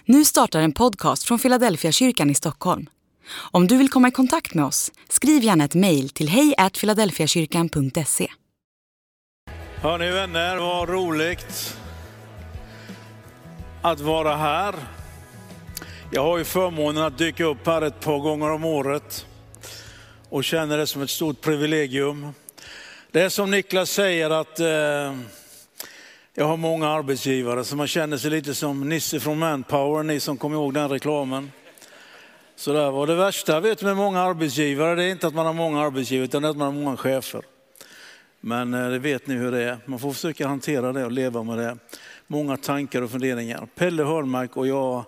Nu startar en podcast från Philadelphia kyrkan i Stockholm. Om du vill komma i kontakt med oss, skriv gärna ett mejl till hej@philadelphiakyrkan.se. Hörni vänner, vad roligt att vara här. Jag har ju förmånen att dyka upp här ett par gånger om året och känner det som ett stort privilegium. Det är som Niklas säger att jag har många arbetsgivare, så man känner sig lite som Nisse från Manpower, ni som kommer ihåg den reklamen. Så där var det värsta vet med många arbetsgivare, det är inte att man har många arbetsgivare utan att man har många chefer. Men det vet ni hur det är, man får försöka hantera det och leva med det. Många tankar och funderingar. Pelle Hörnmark och jag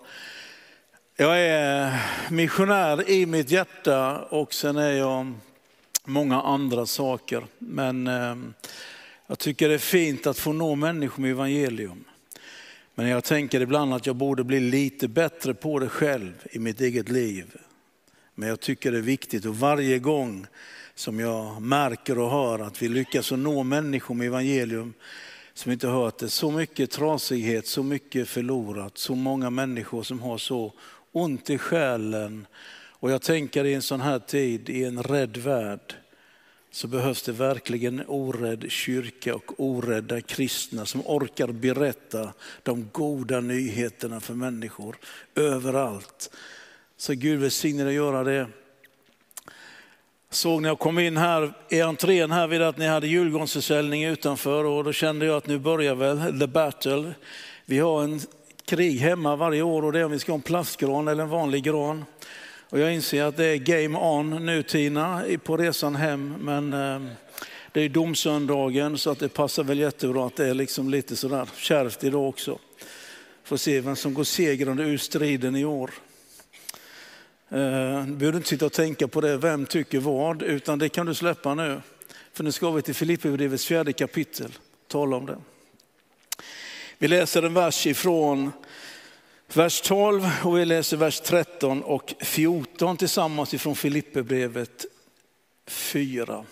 är missionär i mitt hjärta och sen är jag många andra saker. Men jag tycker det är fint att få nå människor med evangelium. Men jag tänker ibland att jag borde bli lite bättre på det själv i mitt eget liv. Men jag tycker det är viktigt och varje gång som jag märker och hör att vi lyckas nå människor med evangelium som inte hört det. Så mycket trasighet, så mycket förlorat, så många människor som har så ont i själen. Och jag tänker i en sån här tid, i en rädd värld, så behövs det verkligen en orädd kyrka och orädda kristna som orkar berätta de goda nyheterna för människor överallt. Så Gud välsigne dig göra det. Såg när jag kom in här i entrén här vid att ni hade julgransförsäljning utanför och då kände jag att nu börjar väl the battle. Vi har en krig hemma varje år och det är om vi ska ha en plastgran eller en vanlig gran. Och jag inser att det är game on nu Tina på resan hem, men det är domsöndagen så att det passar väl jättebra att det är liksom lite sådär kärvt idag också. Får se vem som går segrande ur striden i år. Du behöver inte sitta och tänka på det, vem tycker vad, utan det kan du släppa nu. För nu ska vi till Filipperbrevets 4:e kapitel, tala om det. Vi läser en vers ifrån vers 12 och vi läser vers 13 och 14 tillsammans ifrån Filipperbrevet 4.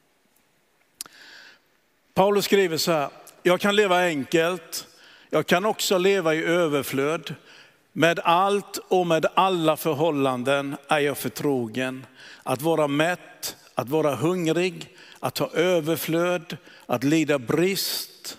Paulus skriver så här: jag kan leva enkelt, jag kan också leva i överflöd. Med allt och med alla förhållanden är jag förtrogen. Att vara mätt, att vara hungrig, att ha överflöd, att lida brist.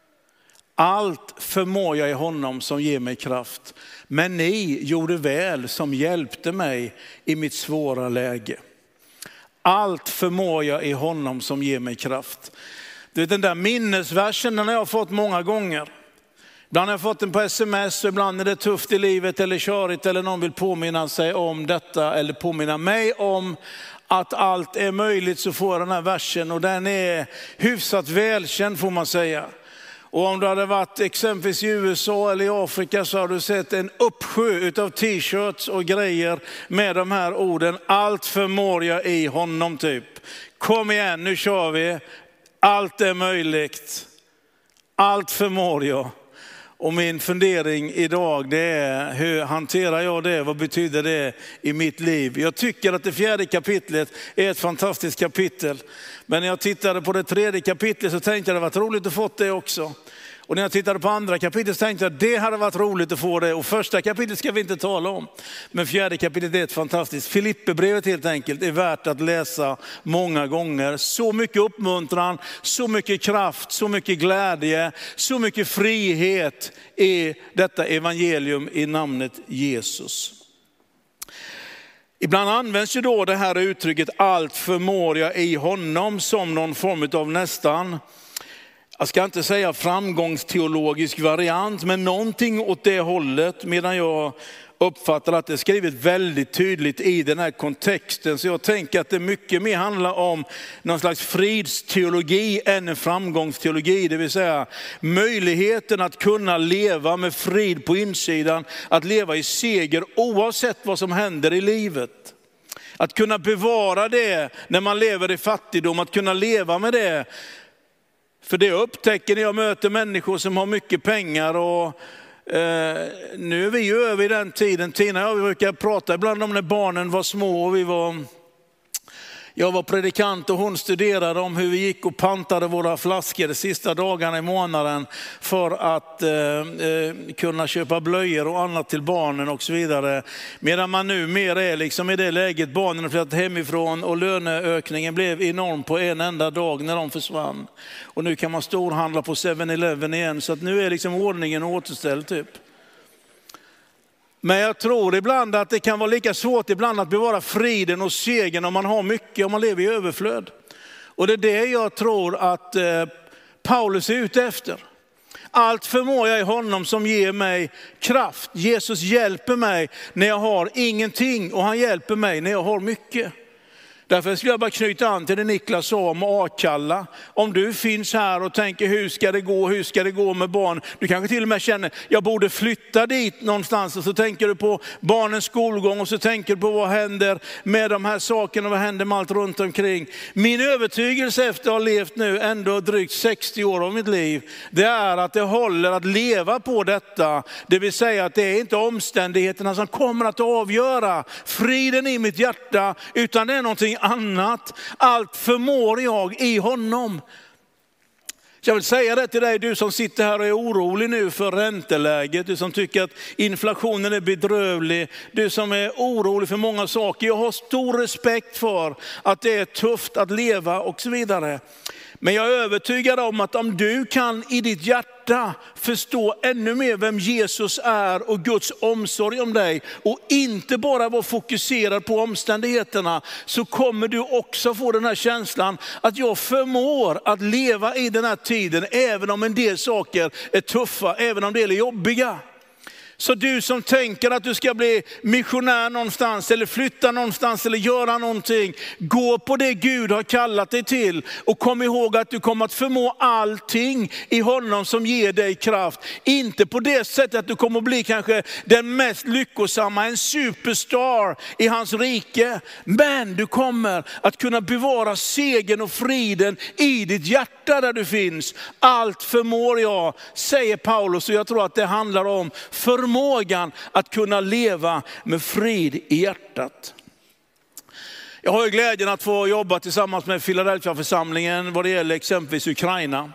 Allt förmår jag i honom som ger mig kraft. Men ni gjorde väl som hjälpte mig i mitt svåra läge. Allt förmår jag i honom som ger mig kraft. Det är den där minnesversen den har jag fått många gånger. Ibland har jag fått den på sms och ibland är det tufft i livet eller körigt eller någon vill påminna sig om detta eller påminna mig om att allt är möjligt, så får jag den här versen och den är hyfsat välkänd får man säga. Och om du hade varit exempelvis i USA eller i Afrika så har du sett en uppsjö utav t-shirts och grejer med de här orden. Allt förmår jag i honom typ. Kom igen, nu kör vi. Allt är möjligt. Allt förmår jag. Och min fundering idag det är, hur hanterar jag det? Vad betyder det i mitt liv? Jag tycker att det 4:e kapitlet är ett fantastiskt kapitel. Men när jag tittade på det 3:e kapitlet så tänkte jag att det var roligt att få det också. Och när jag tittade på 2:a kapitlet så tänkte jag att det hade varit roligt att få det. Och 1:a kapitlet ska vi inte tala om. Men 4:e kapitlet är ett fantastiskt. Filipperbrevet helt enkelt är värt att läsa många gånger. Så mycket uppmuntran, så mycket kraft, så mycket glädje, så mycket frihet i detta evangelium i namnet Jesus. Ibland används ju då det här uttrycket allt förmår jag i honom som någon form av nästan, jag ska inte säga framgångsteologisk variant, men någonting åt det hållet, medan jag uppfattar att det är skrivet väldigt tydligt i den här kontexten. Så jag tänker att det mycket mer handlar om någon slags fridsteologi än en framgångsteologi. Det vill säga möjligheten att kunna leva med frid på insidan, att leva i seger oavsett vad som händer i livet. Att kunna bevara det när man lever i fattigdom, att kunna leva med det. För det upptäcker när jag möter människor som har mycket pengar och nu är vi ju över i den tiden. Tina och jag brukar prata ibland om när barnen var små och vi var Jag var predikant och hon studerade om hur vi gick och pantade våra flaskor de sista dagarna i månaden för att kunna köpa blöjor och annat till barnen och så vidare. Medan man nu mer är liksom i det läget, barnen har flyttat hemifrån och löneökningen blev enorm på en enda dag när de försvann. Och nu kan man storhandla på 7-Eleven igen, så att nu är liksom ordningen återställd typ. Men jag tror ibland att det kan vara lika svårt ibland att bevara friden och segern om man har mycket, om man lever i överflöd. Och det är det jag tror att Paulus är ute efter. Allt förmår jag i honom som ger mig kraft. Jesus hjälper mig när jag har ingenting och han hjälper mig när jag har mycket. Därför skulle jag bara knyta an till det Niklas sa om Akalla. Om du finns här och tänker hur ska det gå med barn. Du kanske till och med känner jag borde flytta dit någonstans. Och så tänker du på barnens skolgång och så tänker du på vad händer med de här sakerna och vad händer med allt runt omkring. Min övertygelse efter att ha levt nu ändå drygt 60 år av mitt liv. Det är att det håller att leva på detta. Det vill säga att det är inte omständigheterna som kommer att avgöra friden i mitt hjärta, utan det är någonting annat. Allt förmår jag i honom. Jag vill säga det till dig, du som sitter här och är orolig nu för ränteläget, du som tycker att inflationen är bedrövlig, du som är orolig för många saker. Jag har stor respekt för att det är tufft att leva och så vidare. Men jag är övertygad om att om du kan i ditt hjärta förstå ännu mer vem Jesus är och Guds omsorg om dig och inte bara vara fokuserad på omständigheterna, så kommer du också få den här känslan att jag förmår att leva i den här tiden även om en del saker är tuffa, även om det är jobbiga. Så du som tänker att du ska bli missionär någonstans eller flytta någonstans eller göra någonting, gå på det Gud har kallat dig till och kom ihåg att du kommer att förmå allting i honom som ger dig kraft. Inte på det sättet att du kommer att bli kanske den mest lyckosamma, en superstar i hans rike, men du kommer att kunna bevara segern och friden i ditt hjärta där du finns. Allt förmår jag, säger Paulus, och jag tror att det handlar om förmågan att kunna leva med frid i hjärtat. Jag har ju glädjen att få jobba tillsammans med Philadelphia-församlingen vad det gäller exempelvis Ukraina.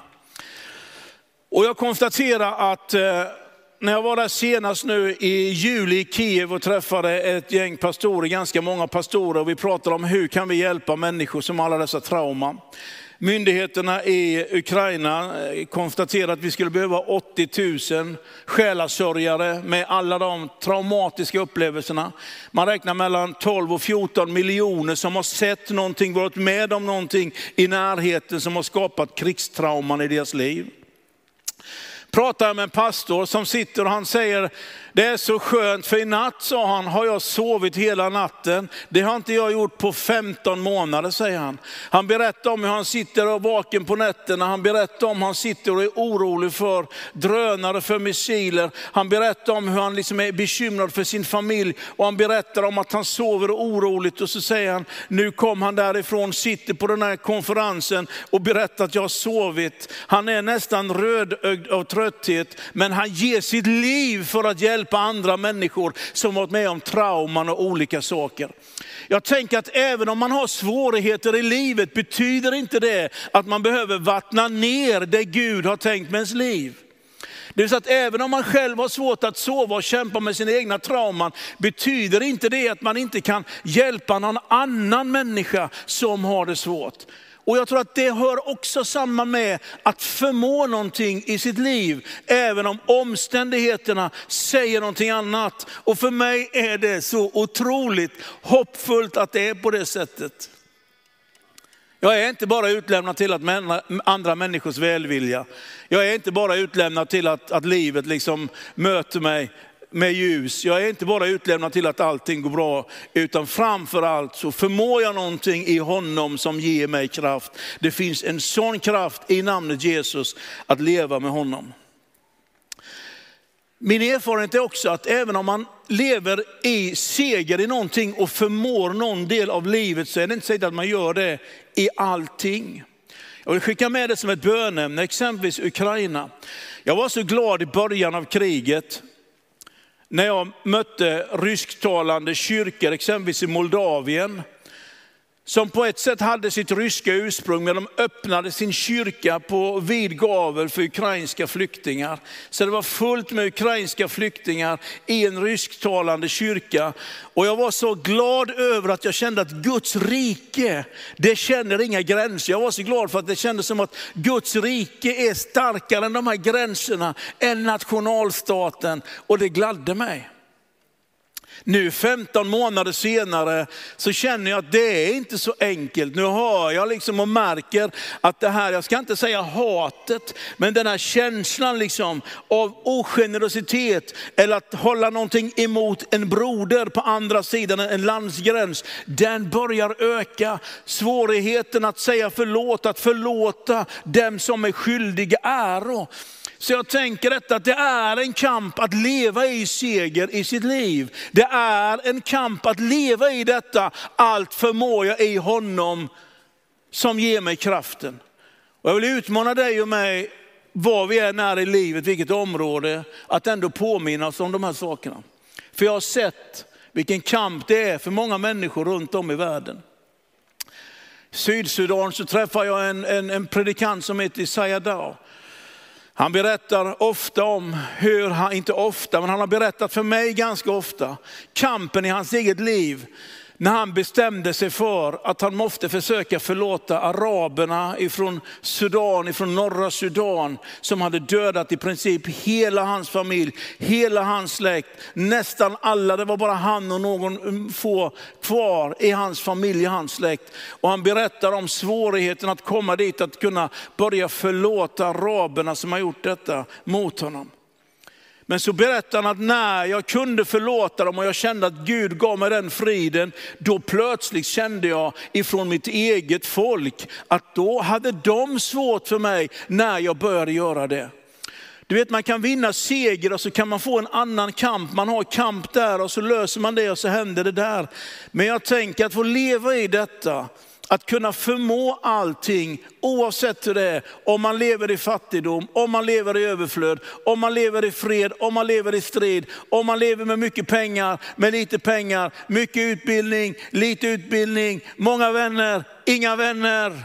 Och jag konstaterar att när jag var där senast nu i juli i Kiev och träffade ett gäng pastorer, ganska många pastorer, och vi pratade om hur kan vi hjälpa människor som har alla dessa trauman. Myndigheterna i Ukraina konstaterade att vi skulle behöva 80 000 själasörjare med alla de traumatiska upplevelserna. Man räknar mellan 12 och 14 miljoner som har sett någonting, varit med om någonting i närheten som har skapat krigstrauman i deras liv. Pratar med en pastor som sitter och han säger, det är så skönt för i natt, sa han, har jag sovit hela natten. Det har inte jag gjort på 15 månader, säger han. Han berättar om hur han sitter och vaken på nätterna. Han berättar om hur han sitter och är orolig för drönare, för missiler. Han berättar om hur han liksom är bekymrad för sin familj. Och han berättar om att han sover oroligt. Och så säger han, nu kom han därifrån, sitter på den här konferensen och berättar att jag har sovit. Han är nästan rödögd av trötthet, men han ger sitt liv för att hjälpa andra människor som varit med om trauman och olika saker. Jag tänker att även om man har svårigheter i livet betyder inte det att man behöver vattna ner det Gud har tänkt med ens liv. Det vill säga att även om man själv har svårt att sova och kämpa med sina egna trauman, betyder inte det att man inte kan hjälpa någon annan människa som har det svårt. Och jag tror att det hör också samman med att förmå någonting i sitt liv, även om omständigheterna säger någonting annat. Och för mig är det så otroligt hoppfullt att det är på det sättet. Jag är inte bara utlämnad till att andra människors välvilja. Jag är inte bara utlämnad till att livet liksom möter mig med ljus. Jag är inte bara utlämnad till att allting går bra, utan framförallt så förmår jag någonting i honom som ger mig kraft. Det finns en sån kraft i namnet Jesus att leva med honom. Min erfarenhet är också att även om man lever i seger i någonting och förmår någon del av livet, så är det inte säkert att man gör det i allting. Jag vill skicka med det som ett bönämne, exempelvis Ukraina. Jag var så glad i början av kriget när jag mötte rysktalande kyrkor, exempelvis i Moldavien. som på ett sätt hade sitt ryska ursprung, men de öppnade sin kyrka på vid gavel för ukrainska flyktingar. Så det var fullt med ukrainska flyktingar i en rysktalande kyrka. Och jag var så glad över att jag kände att Guds rike, det känner inga gränser. Jag var så glad för att det kändes som att Guds rike är starkare än de här gränserna, än nationalstaten. Och det gladde mig. Nu 15 månader senare så känner jag att det är inte så enkelt. Nu hör jag liksom och märker att det här, jag ska inte säga hatet, men den här känslan liksom av ogenerositet eller att hålla någonting emot en broder på andra sidan en landsgräns, den börjar öka. Svårigheten att säga förlåt, att förlåta dem som är skyldiga äro. Så jag tänker detta, att det är en kamp att leva i seger i sitt liv. Det är en kamp att leva i detta. Allt förmår jag i honom som ger mig kraften. Och jag vill utmana dig och mig, var vi än är i livet, vilket område, att ändå påminna oss om de här sakerna. För jag har sett vilken kamp det är för många människor runt om i världen. I Sydsudan så träffar jag en predikant som heter Isaiah Dao. Han berättar ofta om hur han, inte ofta, men han har berättat för mig ganska ofta, kampen i hans eget liv. När han bestämde sig för att han måste försöka förlåta araberna ifrån Sudan, ifrån norra Sudan, som hade dödat i princip hela hans familj, hela hans släkt, nästan alla. Det var bara han och någon få kvar i hans familj, i hans släkt. Och han berättar om svårigheten att komma dit, att kunna börja förlåta araberna som har gjort detta mot honom. Men så berättar han att när jag kunde förlåta dem och jag kände att Gud gav mig den friden, då plötsligt kände jag ifrån mitt eget folk att då hade de svårt för mig när jag började göra det. Du vet, man kan vinna seger och så kan man få en annan kamp. Man har kamp där och så löser man det och så händer det där. Men jag tänker att få leva i detta, att kunna förmå allting oavsett hur det är. Om man lever i fattigdom, om man lever i överflöd, om man lever i fred, om man lever i strid, om man lever med mycket pengar, med lite pengar, mycket utbildning, lite utbildning, många vänner, inga vänner.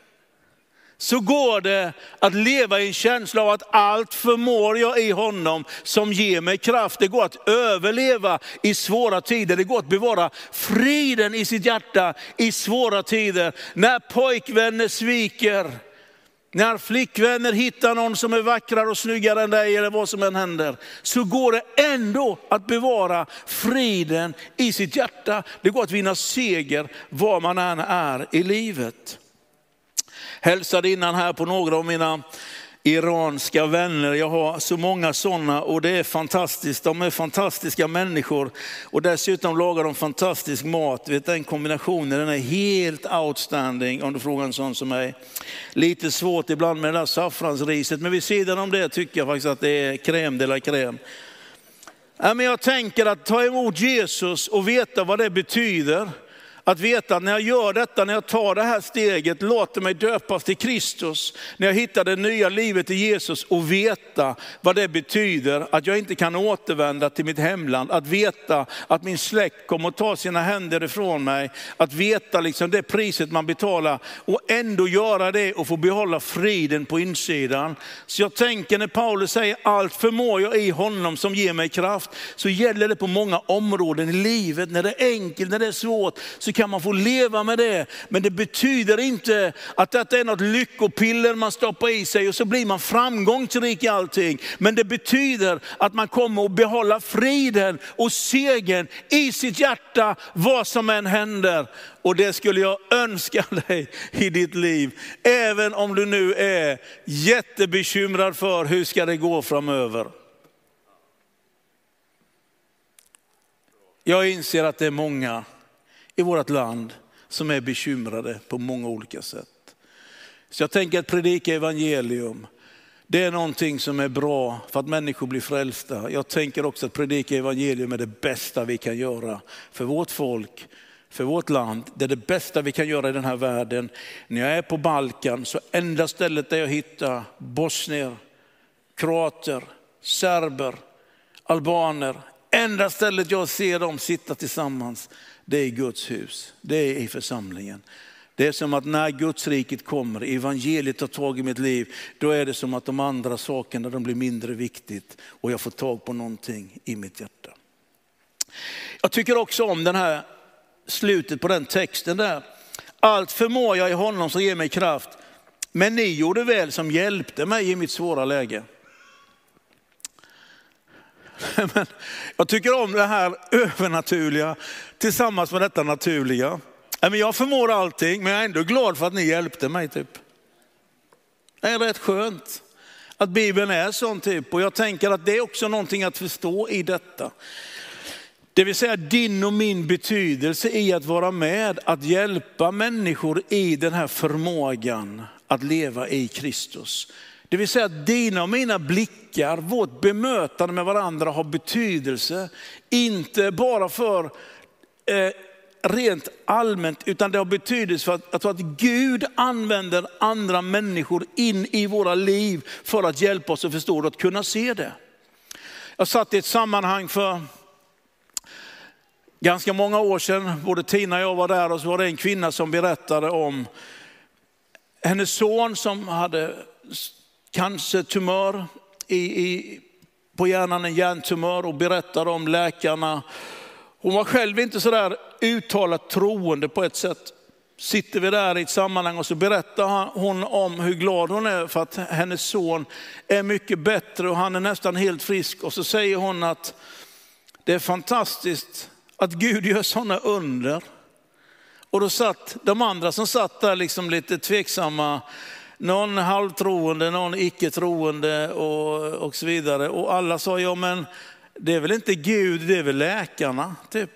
Så går det att leva i en känsla av att allt förmår jag i honom som ger mig kraft. Det går att överleva i svåra tider. Det går att bevara friden i sitt hjärta i svåra tider. När pojkvänner sviker, när flickvänner hittar någon som är vackrare och snyggare än dig eller vad som än händer, så går det ändå att bevara friden i sitt hjärta. Det går att vinna seger var man än är i livet. Hälsade innan här på några av mina iranska vänner. Jag har så många sådana och det är fantastiskt. De är fantastiska människor och dessutom lagar de fantastisk mat. Vet, den kombinationen, den är helt outstanding om du frågar en sån som mig. Lite svårt ibland med det där saffransriset, men vid sidan om det tycker jag faktiskt att det är crème de la crème. Men jag tänker att ta emot Jesus och veta vad det betyder. Att veta att när jag gör detta, när jag tar det här steget, låter mig döpas till Kristus. När jag hittar det nya livet i Jesus och veta vad det betyder. Att jag inte kan återvända till mitt hemland. Att veta att min släkt kommer att ta sina händer ifrån mig. Att veta liksom det priset man betalar och ändå göra det och få behålla friden på insidan. Så jag tänker när Paulus säger allt förmår jag i honom som ger mig kraft. Så gäller det på många områden i livet. När det är enkelt, när det är svårt, så kan man få leva med det. Men det betyder inte att detta är något lyckopiller man stoppar i sig och så blir man framgångsrik i allting. Men det betyder att man kommer att behålla friden och segern i sitt hjärta vad som än händer. Och det skulle jag önska dig i ditt liv. Även om du nu är jättebekymrad för hur ska det gå framöver. Jag inser att det är många i vårt land som är bekymrade på många olika sätt. Så jag tänker att predika evangelium, det är någonting som är bra för att människor blir frälsta. Jag tänker också att predika evangelium är det bästa vi kan göra för vårt folk, för vårt land. Det är det bästa vi kan göra i den här världen. När jag är på Balkan så enda stället där jag hittar bosnier, kroater, serber, albaner, Enda stället jag ser dem sitta tillsammans, det är i Guds hus. Det är i församlingen. Det är som att när Guds riket kommer, evangeliet tar tag i mitt liv, då är det som att de andra sakerna de blir mindre viktigt och jag får tag på någonting i mitt hjärta. Jag tycker också om den här slutet på den texten där. Allt förmår jag i honom som ger mig kraft, men ni gjorde väl som hjälpte mig i mitt svåra läge. Men jag tycker om det här övernaturliga tillsammans med detta naturliga. Jag förmår allting, men jag är ändå glad för att ni hjälpte mig typ. Det är rätt skönt att Bibeln är sån typ. Och jag tänker att det är också någonting att förstå i detta. Det vill säga din och min betydelse i att vara med, att hjälpa människor i den här förmågan att leva i Kristus. Det vill säga att dina och mina blickar, vårt bemötande med varandra har betydelse. Inte bara för rent allmänt, utan det har betydelse för att Gud använder andra människor in i våra liv för att hjälpa oss att förstå och att kunna se det. Jag satt i ett sammanhang för ganska många år sedan, både Tina och jag var där, och så var det en kvinna som berättade om hennes son som hade cancertumör på hjärnan, en hjärntumör, och berättade om läkarna. Hon var själv inte så där uttalat troende på ett sätt. Sitter vi där i ett sammanhang och så berättar hon om hur glad hon är för att hennes son är mycket bättre och han är nästan helt frisk. Och så säger hon att det är fantastiskt att Gud gör sådana under. Och då satt de andra som satt där liksom lite tveksamma, någon halvtroende, någon icke-troende och så vidare. Och alla sa, ja men det är väl inte Gud, det är väl läkarna typ.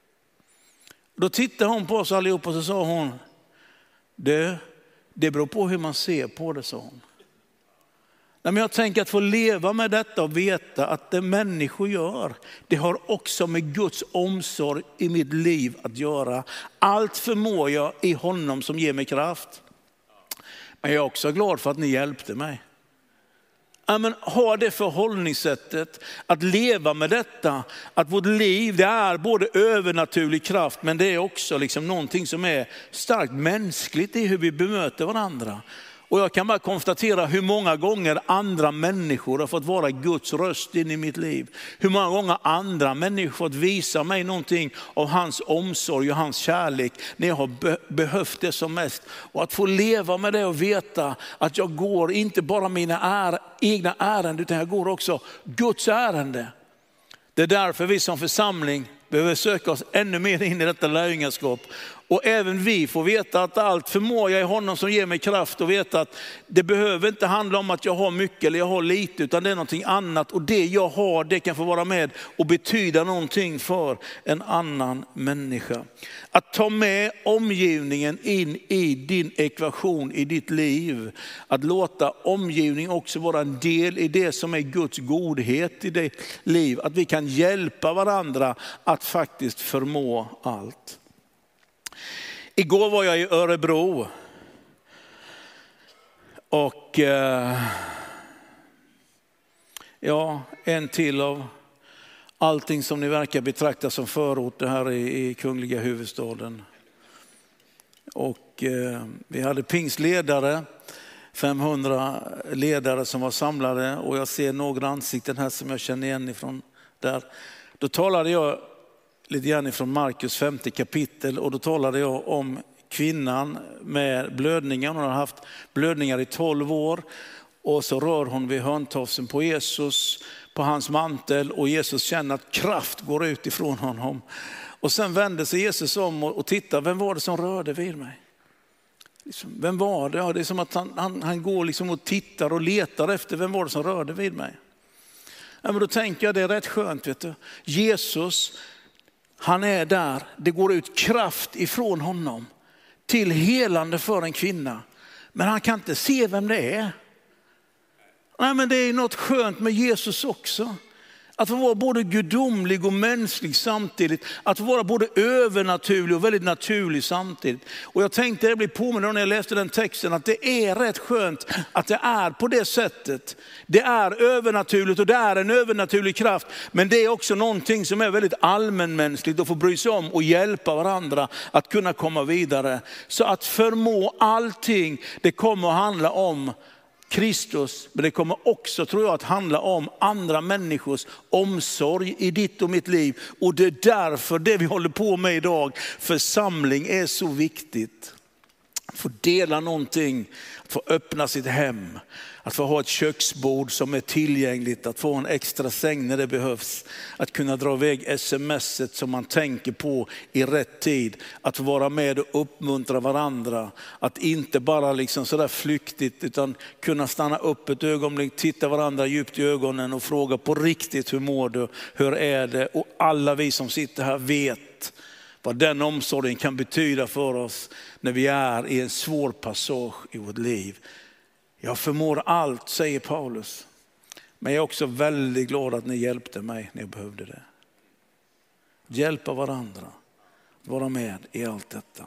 Då tittade hon på oss allihop och så sa hon, det beror på hur man ser på det, sa hon. Men jag tänker att få leva med detta och veta att det människor gör, det har också med Guds omsorg i mitt liv att göra. Allt förmår jag i honom som ger mig kraft. Men jag är också glad för att ni hjälpte mig. Men ha det förhållningssättet att leva med detta, att vårt liv det är både övernaturlig kraft, men det är också liksom någonting som är starkt mänskligt i hur vi bemöter varandra. Och jag kan bara konstatera hur många gånger andra människor har fått vara Guds röst in i mitt liv. Hur många gånger andra människor fått visa mig någonting av hans omsorg och hans kärlek när jag har behövt det som mest. Och att få leva med det och veta att jag går inte bara mina egna ärenden, utan jag går också Guds ärende. Det är därför vi som församling behöver söka oss ännu mer in i detta lärjungaskap. Och även vi får veta att allt förmår jag i honom som ger mig kraft, och veta att det behöver inte handla om att jag har mycket eller jag har lite, utan det är någonting annat. Och det jag har, det kan få vara med och betyda någonting för en annan människa. Att ta med omgivningen in i din ekvation i ditt liv. Att låta omgivning också vara en del i det som är Guds godhet i ditt liv. Att vi kan hjälpa varandra att faktiskt förmå allt. Igår var jag i Örebro och en till av allting som ni verkar betrakta som förorter här i kungliga huvudstaden. Och vi hade pingstledare, 500 ledare som var samlade, och jag ser några ansikten här som jag känner igen ifrån där. Då talade jag lite grann ifrån Markus 5:e kapitel, och då talade jag om kvinnan med blödningar. Hon har haft blödningar i 12 år, och så rör hon vid hörntofsen på Jesus, på hans mantel, och Jesus känner att kraft går ut ifrån honom. Och sen vände sig Jesus om och tittade, vem var det som rörde vid mig? Vem var det? Ja, det är som att han går liksom och tittar och letar efter, vem var det som rörde vid mig? Ja, men då tänker jag det är rätt skönt, vet du. Jesus, han är där, det går ut kraft ifrån honom till helande för en kvinna. Men han kan inte se vem det är. Nej, men det är något skönt med Jesus också. Att få vara både gudomlig och mänsklig samtidigt. Att få vara både övernaturlig och väldigt naturlig samtidigt. Och jag tänkte, jag blev påmind när jag läste den texten, att det är rätt skönt att det är på det sättet. Det är övernaturligt och det är en övernaturlig kraft. Men det är också någonting som är väldigt allmänmänskligt, att få bry sig om och hjälpa varandra att kunna komma vidare. Så att förmå allting, det kommer att handla om Kristus, men det kommer också, tror jag, att handla om andra människors omsorg i ditt och mitt liv. Och det är därför det vi håller på med idag, församling, är så viktigt. Att få dela någonting, att få öppna sitt hem, att få ha ett köksbord som är tillgängligt, att få en extra säng när det behövs, att kunna dra iväg sms:et som man tänker på i rätt tid, att få vara med och uppmuntra varandra, att inte bara liksom sådär flyktigt utan kunna stanna upp ett ögonblick, titta varandra djupt i ögonen och fråga på riktigt, hur mår du, hur är det? Och alla vi som sitter här vet vad den omsorgen kan betyda för oss när vi är i en svår passage i vårt liv. Jag förmår allt, säger Paulus. Men jag är också väldigt glad att ni hjälpte mig när jag behövde det. Hjälpa varandra, vara med i allt detta.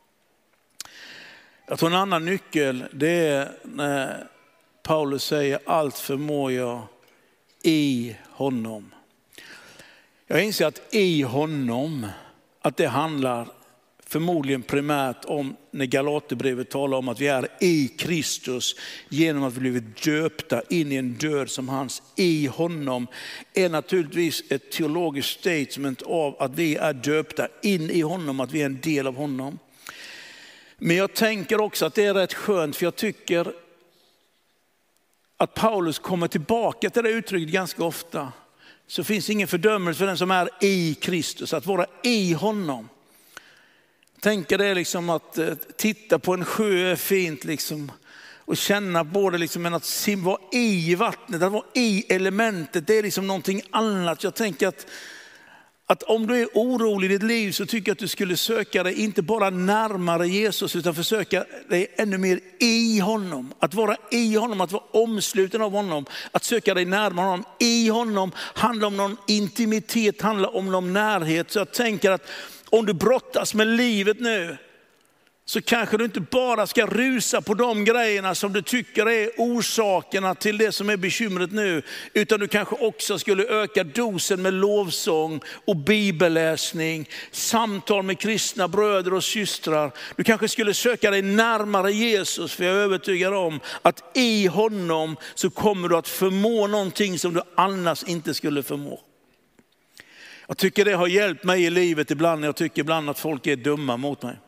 Jag tror en annan nyckel, det är när Paulus säger, allt förmår jag i honom. Jag inser att i honom, att det handlar förmodligen primärt om när Galaterbrevet talar om att vi är i Kristus genom att vi blivit döpta in i en död som hans. I honom är naturligtvis ett teologiskt statement av att vi är döpta in i honom, att vi är en del av honom. Men jag tänker också att det är rätt skönt, för jag tycker att Paulus kommer tillbaka till det uttrycket ganska ofta. Så finns ingen fördömelse för den som är i Kristus, att vara i honom. Tänker det liksom att titta på en sjö är fint liksom, och känna både liksom att simma i vattnet, att vara i elementet, det är liksom någonting annat. Jag tänker att om du är orolig i ditt liv så tycker jag att du skulle söka dig inte bara närmare Jesus utan försöka dig ännu mer i honom. Att vara i honom, att vara omsluten av honom, att söka dig närmare honom. I honom handlar om någon intimitet, handlar om någon närhet. Så jag tänker att om du brottas med livet nu så kanske du inte bara ska rusa på de grejerna som du tycker är orsakerna till det som är bekymret nu. Utan du kanske också skulle öka dosen med lovsång och bibelläsning, samtal med kristna bröder och systrar. Du kanske skulle söka dig närmare Jesus, för jag är övertygad om att i honom så kommer du att förmå någonting som du annars inte skulle förmå. Jag tycker det har hjälpt mig i livet ibland. Jag tycker ibland att folk är dumma mot mig.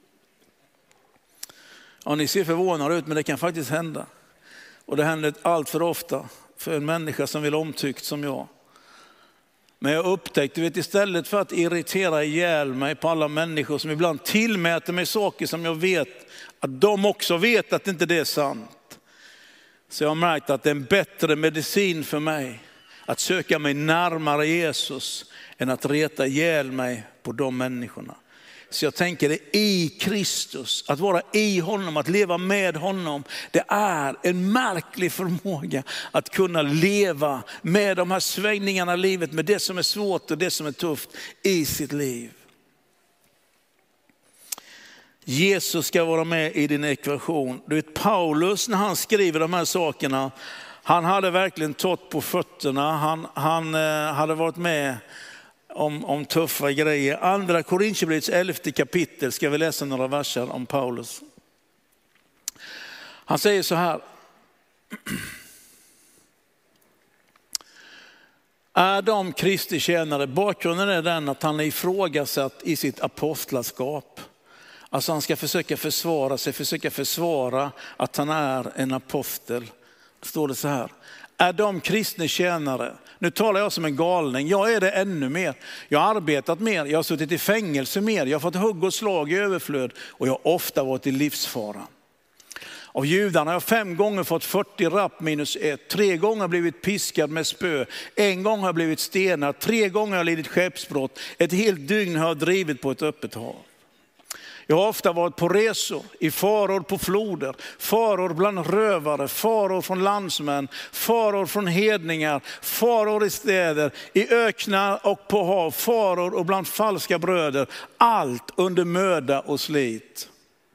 Ja, ni ser förvånade ut, men det kan faktiskt hända. Och det händer allt för ofta för en människa som vill omtyckt som jag. Men jag upptäckte, istället för att irritera ihjäl mig på alla människor som ibland tillmäter mig saker som jag vet att de också vet att inte det är sant. Så jag har märkt att det är en bättre medicin för mig att söka mig närmare Jesus än att reta ihjäl mig på de människorna. Så jag tänker det i Kristus, att vara i honom, att leva med honom. Det är en märklig förmåga att kunna leva med de här svängningarna i livet, med det som är svårt och det som är tufft i sitt liv. Jesus ska vara med i din ekvation. Du vet, Paulus, när han skriver de här sakerna, han hade verkligen tagit på fötterna. Han hade varit med om tuffa grejer. Andra Korinthierbrevets 11:e kapitel ska vi läsa några verser om Paulus. Han säger så här: är de Kristi tjänare? Bakgrunden är den att han är ifrågasatt i sitt apostlaskap. Alltså han ska försöka försvara sig, försöka försvara att han är en apostel. Står det så här: är de kristna tjänare? Nu talar jag som en galning. Jag är det ännu mer. Jag har arbetat mer. Jag har suttit i fängelse mer. Jag har fått hugg och slag i överflöd. Och jag har ofta varit i livsfara. Av judarna har jag 5 gånger fått 40 rapp minus 1. 3 gånger blivit piskad med spö. 1 gång har jag blivit stenad. 3 gånger har jag lidit skeppsbrott. Ett helt dygn har jag drivit på ett öppet hav. Jag har ofta varit på resor, i faror på floder, faror bland rövare, faror från landsmän, faror från hedningar, faror i städer, i öknar och på hav, faror och bland falska bröder. Allt under möda och slit.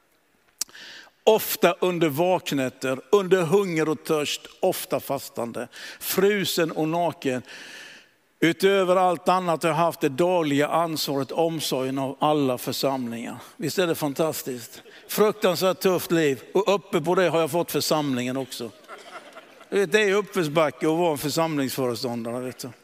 Ofta under vaknätter, under hunger och törst, ofta fastande, frusen och naken. Utöver allt annat har jag haft det dagliga ansvaret, omsorgen av alla församlingar. Visst är det fantastiskt? Fruktansvärt tufft liv, och uppe på det har jag fått församlingen också. Det är uppförsbacke att vara en församlingsföreståndare. Vet du.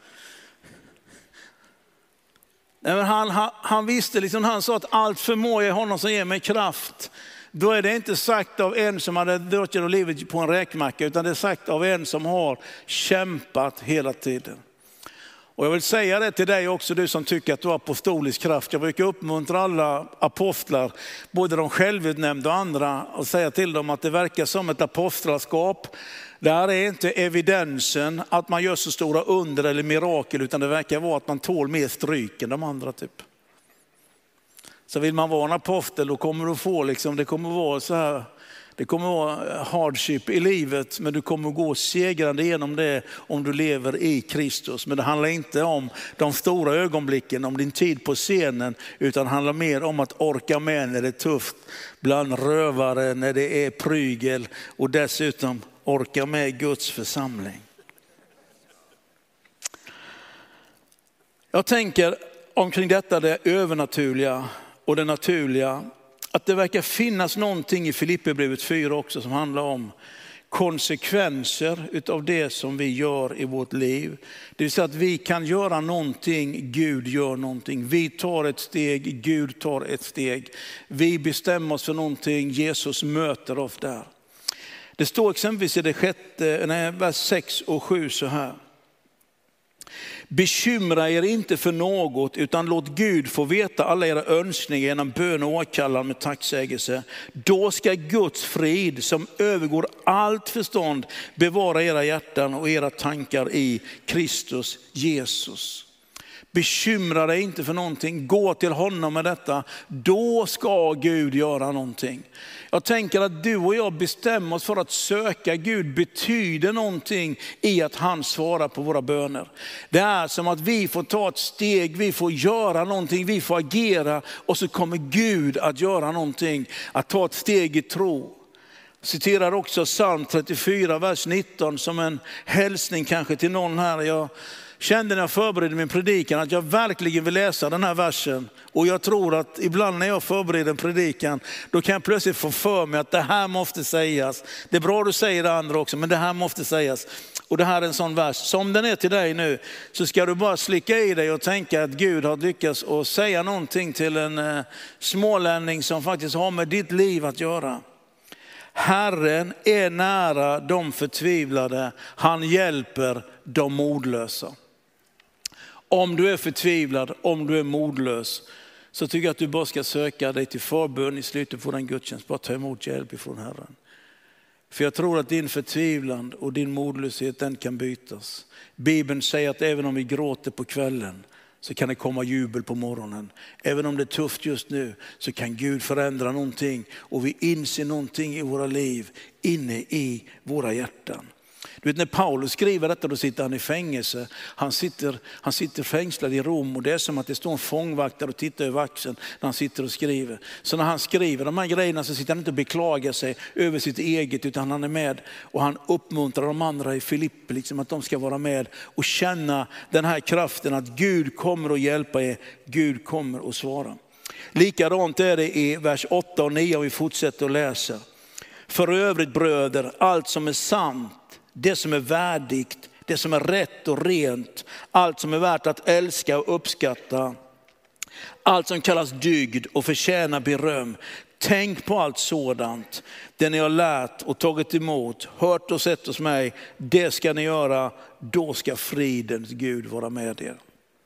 Men han visste, liksom, han sa att allt förmår jag honom som ger mig kraft. Då är det inte sagt av en som hade dragit genom livet på en räkmacka, utan det är sagt av en som har kämpat hela tiden. Och jag vill säga det till dig också, du som tycker att du har apostolisk kraft. Jag brukar uppmuntra alla apostlar, både de självutnämnda och andra, och säga till dem att det verkar som ett apostlarskap. Där är inte evidensen att man gör så stora under eller mirakel, utan det verkar vara att man tål mer stryk än de andra typ. Så vill man vara en apostel, då kommer du få liksom, det kommer vara så här, det kommer vara hardship i livet, men du kommer gå segrande genom det om du lever i Kristus. Men det handlar inte om de stora ögonblicken, om din tid på scenen, utan det handlar mer om att orka med när det är tufft, bland rövare, när det är prygel, och dessutom orka med Guds församling. Jag tänker omkring detta, det övernaturliga och det naturliga, att det verkar finnas någonting i Filipperbrevet 4 också som handlar om konsekvenser utav det som vi gör i vårt liv. Det vill säga att vi kan göra någonting, Gud gör någonting. Vi tar ett steg, Gud tar ett steg. Vi bestämmer oss för någonting, Jesus möter oss där. Det står exempelvis i vers 6 och 7 så här. Bekymra er inte för något, utan låt Gud få veta alla era önskningar genom bön och åkallan med tacksägelse. Då ska Guds frid, som övergår allt förstånd, bevara era hjärtan och era tankar i Kristus Jesus. Bekymra dig inte för någonting, gå till honom med detta. Då ska Gud göra någonting. Jag tänker att du och jag bestämmer oss för att söka Gud betyder någonting i att han svarar på våra böner. Det är som att vi får ta ett steg, vi får göra någonting, vi får agera, och så kommer Gud att göra någonting, att ta ett steg i tro. Jag citerar också psalm 34, vers 19 som en hälsning kanske till någon här. Jag kände när jag förberedde min predikan att jag verkligen vill läsa den här versen. Och jag tror att ibland när jag förbereder en predikan, då kan jag plötsligt få för mig att det här måste sägas. Det är bra du säger det andra också, men det här måste sägas. Och det här är en sån vers. Som den är till dig nu, så ska du bara slicka i dig och tänka att Gud har lyckats att säga någonting till en smålänning som faktiskt har med ditt liv att göra. Herren är nära de förtvivlade, han hjälper de modlösa. Om du är förtvivlad, om du är modlös, så tycker jag att du bara ska söka dig till förbön i slutet på den gudstjänst. Bara ta emot hjälp ifrån Herren. För jag tror att din förtvivlan och din modlöshet, den kan bytas. Bibeln säger att även om vi gråter på kvällen, så kan det komma jubel på morgonen. Även om det är tufft just nu, så kan Gud förändra någonting. Och vi inser någonting i våra liv, inne i våra hjärtan. Du vet, när Paulus skriver detta, då sitter han i fängelse. Han sitter fängslad i Rom, och det är som att det står en fångvaktare och tittar över axeln när han sitter och skriver. Så när han skriver de här grejerna, så sitter han inte och beklagar sig över sitt eget, utan han är med och han uppmuntrar de andra i Filippi, liksom att de ska vara med och känna den här kraften att Gud kommer att hjälpa er, Gud kommer att svara. Likadant är det i vers 8 och 9 om vi fortsätter att läsa. För övrigt bröder, allt som är sant, det som är värdigt, det som är rätt och rent, allt som är värt att älska och uppskatta, allt som kallas dygd och förtjänar beröm. Tänk på allt sådant, det ni har lärt och tagit emot, hört och sett hos mig, det ska ni göra, då ska fridens Gud vara med er.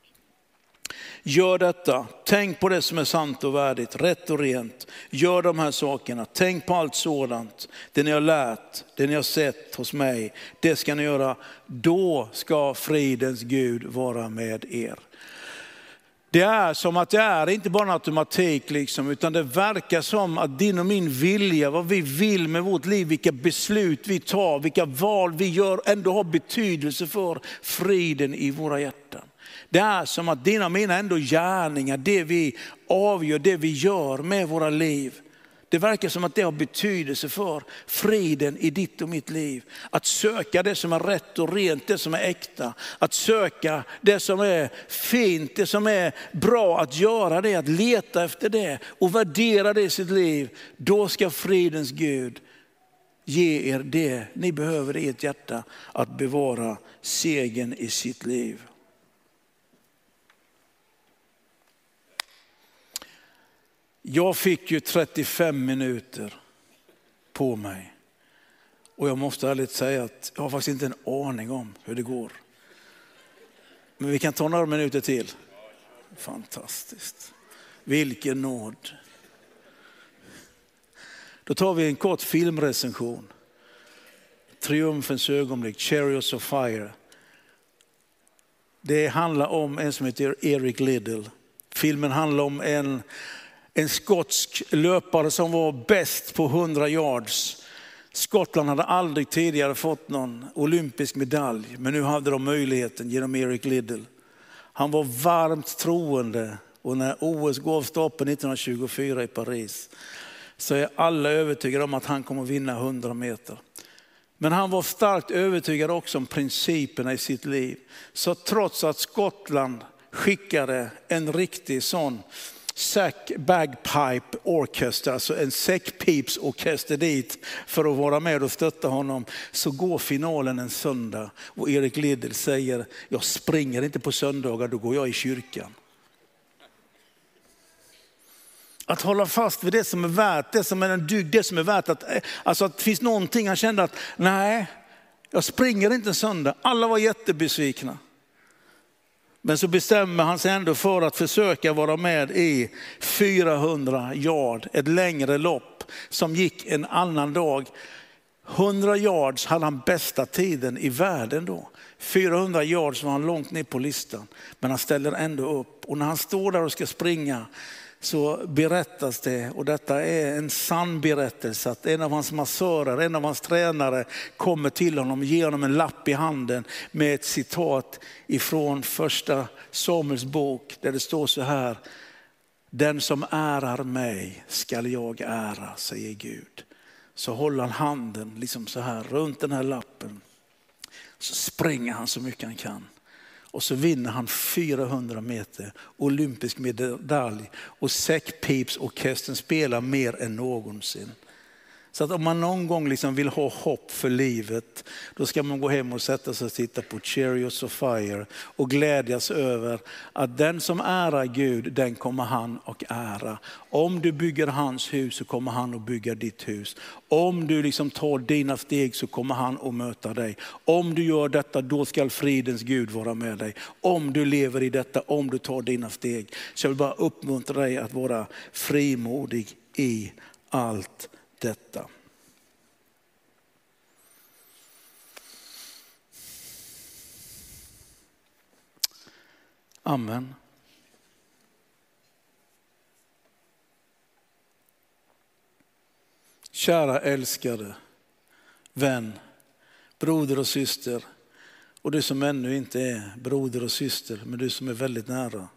Gör detta, tänk på det som är sant och värdigt, rätt och rent. Gör de här sakerna, tänk på allt sådant. Det ni har lärt, det ni har sett hos mig, det ska ni göra. Då ska fridens Gud vara med er. Det är som att det är inte bara en automatik liksom, utan det verkar som att din och min vilja, vad vi vill med vårt liv, vilka beslut vi tar, vilka val vi gör, ändå har betydelse för friden i våra hjärtan. Det är som att dina och mina ändå gärningar, det vi avgör, det vi gör med våra liv, det verkar som att det har betydelse för friden i ditt och mitt liv. Att söka det som är rätt och rent, det som är äkta. Att söka det som är fint, det som är bra, att göra det, att leta efter det och värdera det i sitt liv. Då ska fridens Gud ge er det ni behöver i ert hjärta, att bevara segern i sitt liv. Jag fick ju 35 minuter på mig. Och jag måste ärligt säga att jag har faktiskt inte en aning om hur det går. Men vi kan ta några minuter till. Fantastiskt. Vilken nåd. Då tar vi en kort filmrecension. Triumfens ögonblick, Chariots of Fire. Det handlar om en som heter Eric Liddell. Filmen handlar om en skotsk löpare som var bäst på 100 yards. Skottland hade aldrig tidigare fått någon olympisk medalj, men nu hade de möjligheten genom Eric Liddell. Han var varmt troende, och när OS går av stapeln 1924 i Paris så är alla övertygade om att han kommer att vinna 100 meter. Men han var starkt övertygad också om principerna i sitt liv. Så trots att Skottland skickade en riktig sån Sack Bagpipe Orchestra, alltså en säckpipsorkester dit för att vara med och stötta honom, så går finalen en söndag och Eric Liddell säger: jag springer inte på söndagar, då går jag i kyrkan. Att hålla fast vid det som är värt, det som är en dygd, det som är värt att, alltså att det finns någonting. Han kände att nej, jag springer inte en söndag. Alla var jättebesvikna. Men så bestämmer han sig ändå för att försöka vara med i 400 yard, ett längre lopp som gick en annan dag. 100 yards hade han bästa tiden i världen då. 400 yards var han långt ner på listan, men han ställer ändå upp. Och när han står där och ska springa så berättas det, och detta är en sann berättelse, att en av hans massörer, en av hans tränare kommer till honom och ger honom en lapp i handen med ett citat ifrån första Samuels bok, där det står så här: den som ärar mig skall jag ära, säger Gud. Så håller han handen liksom så här runt den här lappen, så springer han så mycket han kan. Och så vinner han 400 meter, olympisk medalj, och säckpipsorkestern spelar mer än någonsin. Så att om man någon gång liksom vill ha hopp för livet, då ska man gå hem och sätta sig och titta på Chariots of Fire och glädjas över att den som ärar Gud, den kommer han att ära. Om du bygger hans hus så kommer han att bygga ditt hus. Om du liksom tar dina steg så kommer han att möta dig. Om du gör detta, då ska fridens Gud vara med dig. Om du lever i detta, om du tar dina steg. Så jag vill bara uppmuntra dig att vara frimodig i allt detta. Amen. Kära älskade vän, broder och syster, och du som ännu inte är broder och syster, men du som är väldigt nära.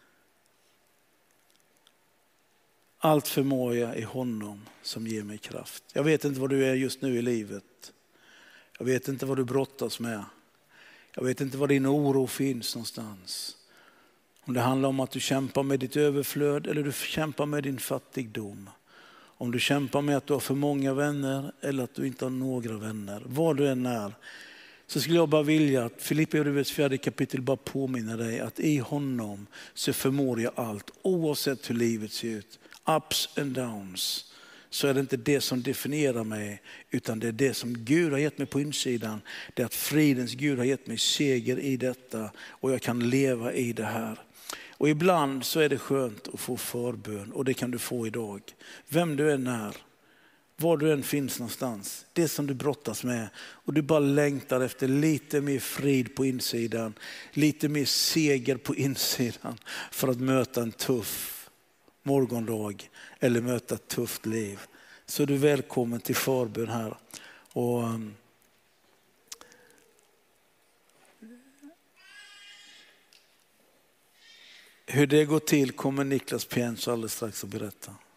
Allt förmår jag i honom som ger mig kraft. Jag vet inte vad du är just nu i livet. Jag vet inte vad du brottas med. Jag vet inte var din oro finns någonstans. Om det handlar om att du kämpar med ditt överflöd eller du kämpar med din fattigdom. Om du kämpar med att du har för många vänner eller att du inte har några vänner. Vad du än är, så skulle jag bara vilja att Filipperbrevets 4 kapitel bara påminner dig att i honom så förmår jag allt, oavsett hur livet ser ut. Ups and downs, så är det inte det som definierar mig, utan det är det som Gud har gett mig på insidan. Det är att fridens Gud har gett mig seger i detta och jag kan leva i det här. Och ibland så är det skönt att få förbön, och det kan du få idag. Vem du än är, var du än finns någonstans. Det som du brottas med. Och du bara längtar efter lite mer frid på insidan. Lite mer seger på insidan. För att möta en tuff morgondag. Eller möta ett tufft liv. Så du är välkommen till förbön här. Och hur det går till kommer Niklas Pienso alldeles strax att berätta.